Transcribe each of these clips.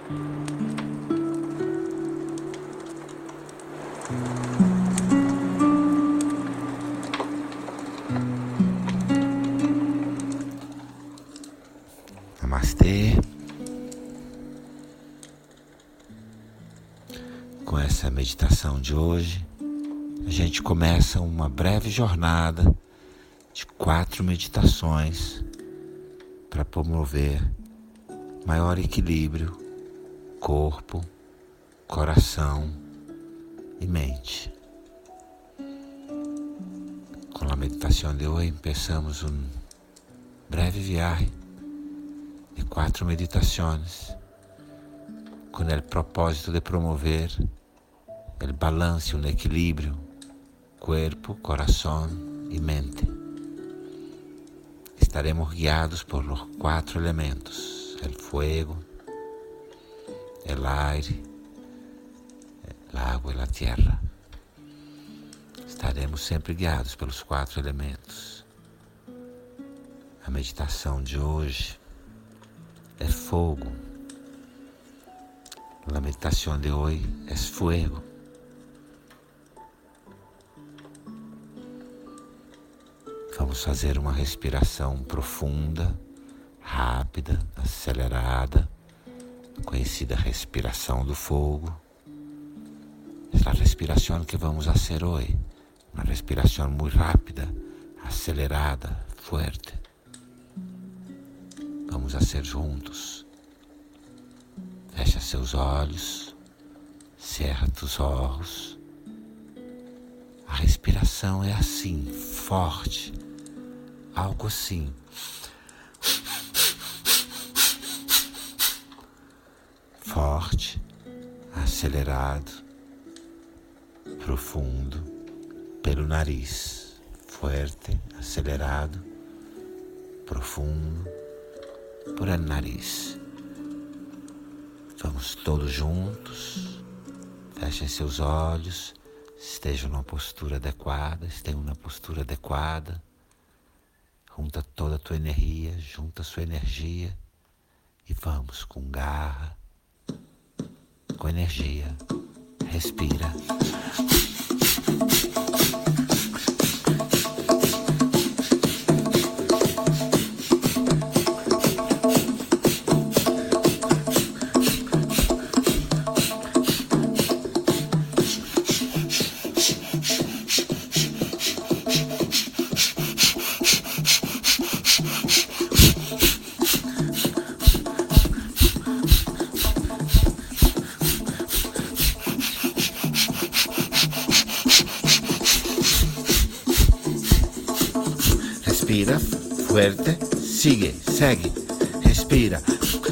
Namastê. Com essa meditação de hoje, a gente começa uma breve jornada de 4 meditações para promover maior equilíbrio, corpo, coração e mente. Com a meditação de hoje, começamos breve viagem de 4 meditações com o propósito de promover o balance, o equilíbrio, corpo, coração e mente. Estaremos guiados por los 4 elementos: el fuego, el aire, el agua e la tierra. Estaremos sempre guiados pelos 4 elementos. A meditação de hoje é fogo. A meditação de hoje é fuego. Vamos fazer uma respiração profunda, rápida, acelerada, conhecida respiração do fogo. Essa respiração que vamos fazer hoje, uma respiração muito rápida, acelerada, forte. Vamos fazer juntos. Fecha seus olhos, cerra os olhos. A respiração é assim, forte, algo assim. Forte, acelerado, profundo, pelo nariz. Forte, acelerado, profundo, por el nariz. Vamos todos juntos. Fechem seus olhos. Estejam numa postura adequada, estejam na postura adequada. Junta toda a tua energia, junta a sua energia e vamos com garra, com energia. Respira. Respira, fuerte, segue, respira.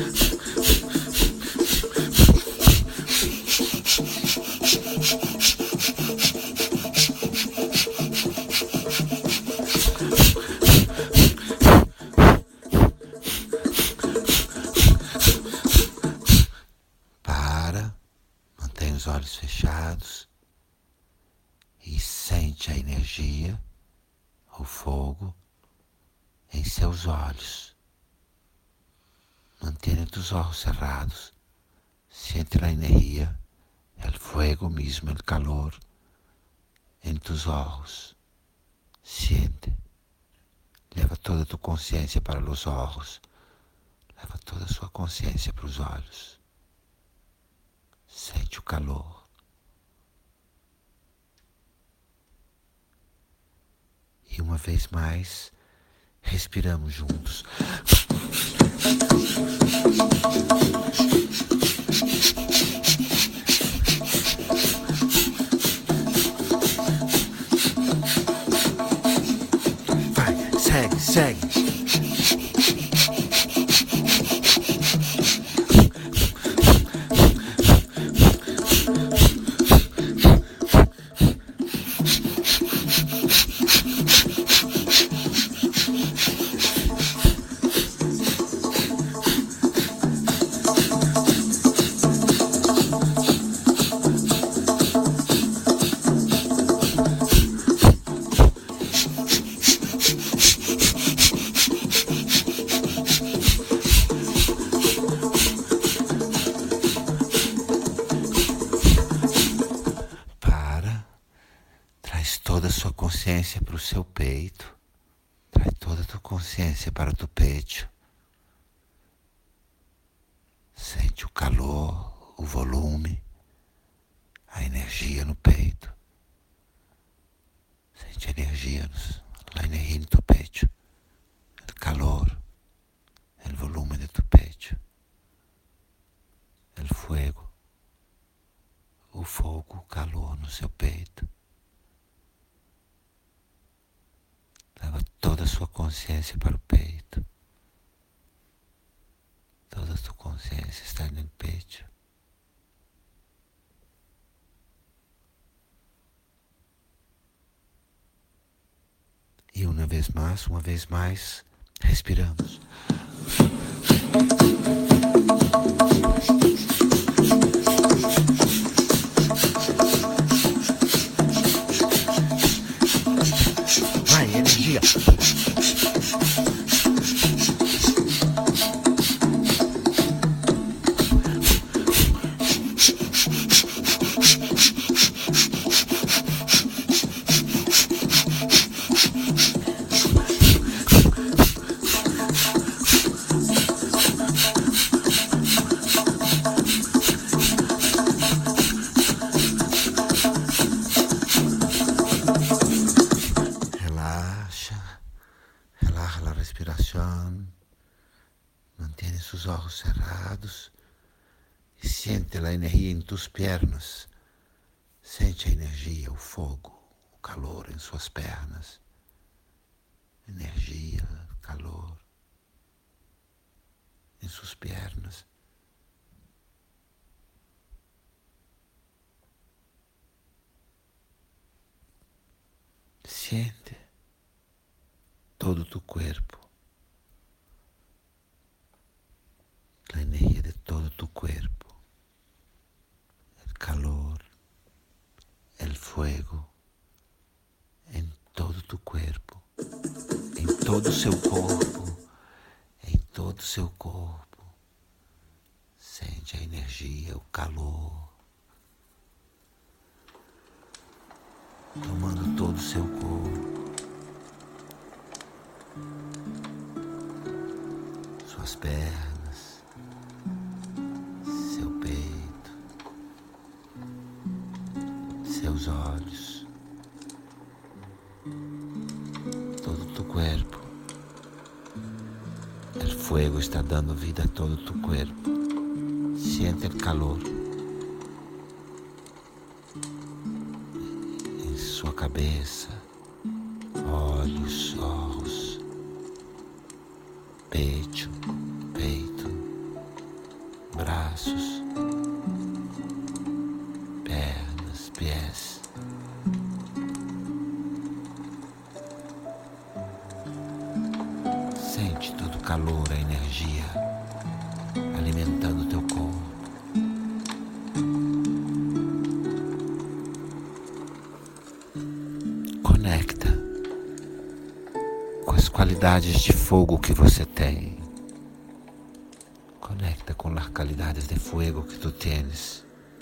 Mantém os olhos fechados e sente a energia, o fogo em seus olhos. Mantenha os olhos cerrados. Siente a energia, o fuego mesmo, o calor em tus olhos. Siente. Leva toda a tua consciência para os olhos. Leva toda a sua consciência para os olhos. Sente o calor. E uma vez mais, respiramos juntos. Vai, segue. consciência para o seu peito. Traz toda a tua consciência para o teu peito. Sente o calor, o volume, a energia no peito. Sente a energia, a energia no teu peito. O calor, o volume de tu peito. O fuego, o fogo, o calor no seu peito. Leva toda a sua consciência para o peito. Toda a sua consciência está no peito. E uma vez mais, respiramos. Vai, energia. Relaja la respiración, mantém sus ojos cerrados e siente a energia em tus pernas. Sente a energia, o fogo, o calor em suas pernas. Energia, calor em suas pernas. Siente todo tu cuerpo, a energia de todo tu cuerpo, o calor, o fuego, em todo tu cuerpo, em todo seu corpo, em todo seu corpo. Sente a energia, o calor, tomando todo o seu corpo. Suas pernas, seu peito, seus olhos, todo tu corpo. O fuego está dando vida a todo tu corpo. Siente o calor em sua cabeça, olhos, ojos, peito, braços, pernas, pés. Sente todo o calor, a energia alimentando o teu corpo. Conecta com as qualidades de fogo que você tem. Conecta com as qualidades de fogo que tu tens.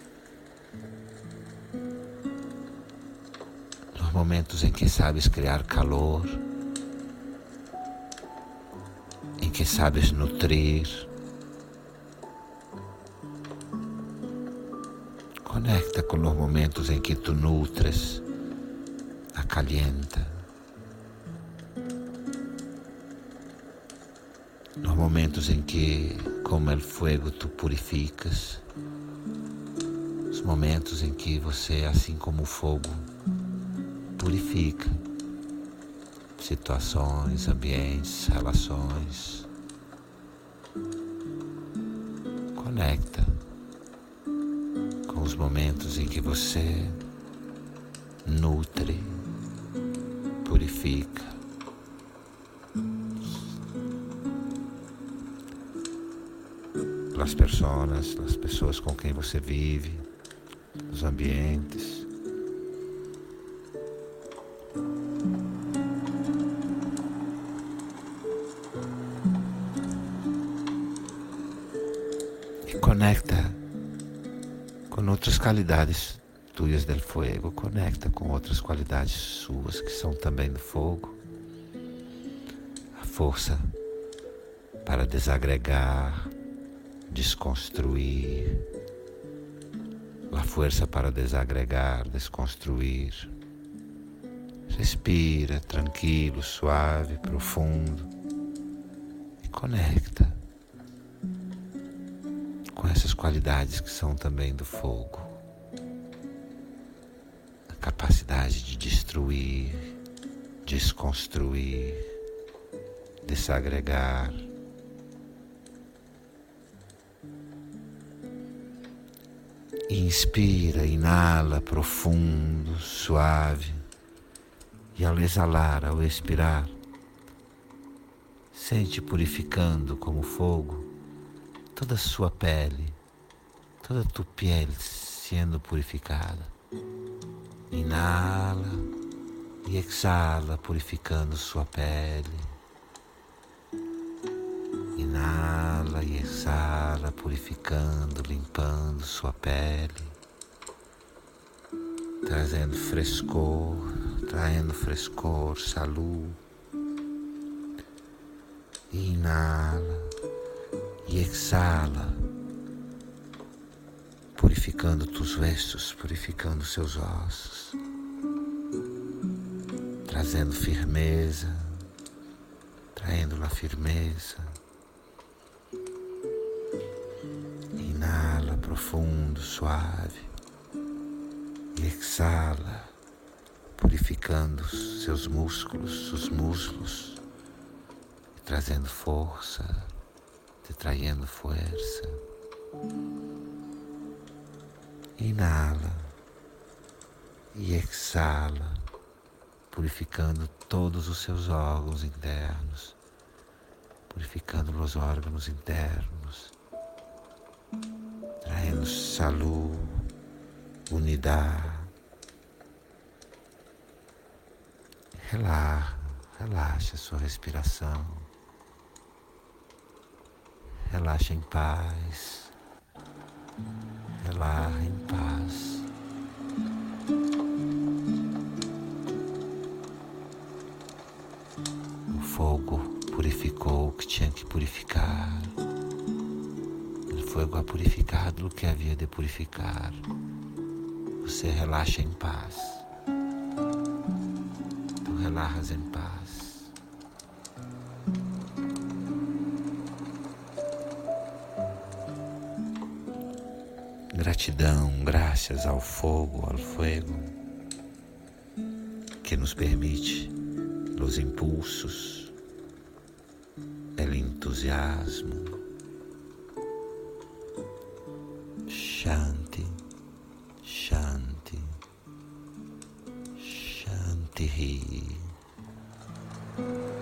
Nos momentos em que sabes criar calor, em que sabes nutrir. Conecta com os momentos em que tu nutres, acalienta. Nos momentos em que, como o fogo, tu purificas. Os momentos em que você, assim como o fogo, purifica situações, ambientes, relações. Conecta com os momentos em que você nutre, purifica. As pessoas com quem você vive, os ambientes. E conecta com outras qualidades tuyas del fuego, conecta com outras qualidades suas que são também do fogo. A força para desagregar, desconstruir. A força para desagregar, desconstruir. Respira tranquilo, suave, profundo e conecta com essas qualidades que são também do fogo. A capacidade de destruir, desconstruir, desagregar. Inspira, inala profundo, suave. E ao exalar, ao expirar, sente purificando como fogo toda a sua pele, toda a tua pele sendo purificada. Inala e exala, purificando sua pele. Inala e exala, purificando, limpando sua pele, trazendo frescor, saúde. Inala e exala, purificando tus ossos, purificando seus ossos, trazendo firmeza, traindo a firmeza. Inala profundo, suave e exala, purificando seus músculos, os muslos, trazendo força, te traindo força. Inala e exala, purificando todos os seus órgãos internos, purificando os órgãos internos, traindo saúde, unidade. Relaxa a sua respiração. Relaxa em paz. Relaxa em paz. O fogo purificou o que tinha que purificar. O fogo ha purificado o que havia de purificar. Você relaxa em paz. Tu relaxas em paz. Gratidão, graças ao fogo, que nos permite os impulsos, o entusiasmo. Shanti, Shanti, Shanti.